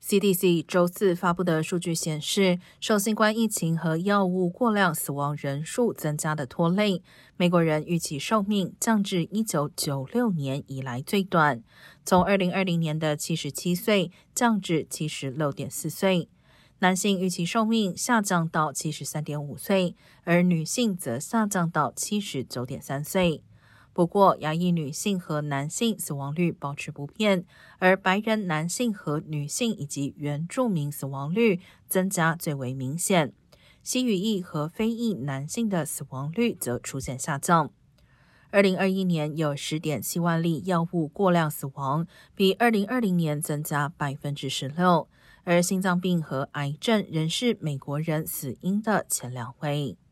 CDC 周四发布的数据显示，受新冠疫情和药物过量死亡人数增加的拖累，美国人预期寿命降至1996年以来最短，从2020年的77岁降至76.4岁。男性预期寿命下降到73.5岁，而女性则下降到79.3岁。不过，亚裔女性和男性死亡率保持不变，而白人男性和女性以及原住民死亡率增加最为明显。西语裔和非裔男性的死亡率则出现下降。2021年有 10.7 万例药物过量死亡，比2020年增加 16%，而心脏病和癌症仍是美国人死因的前2位。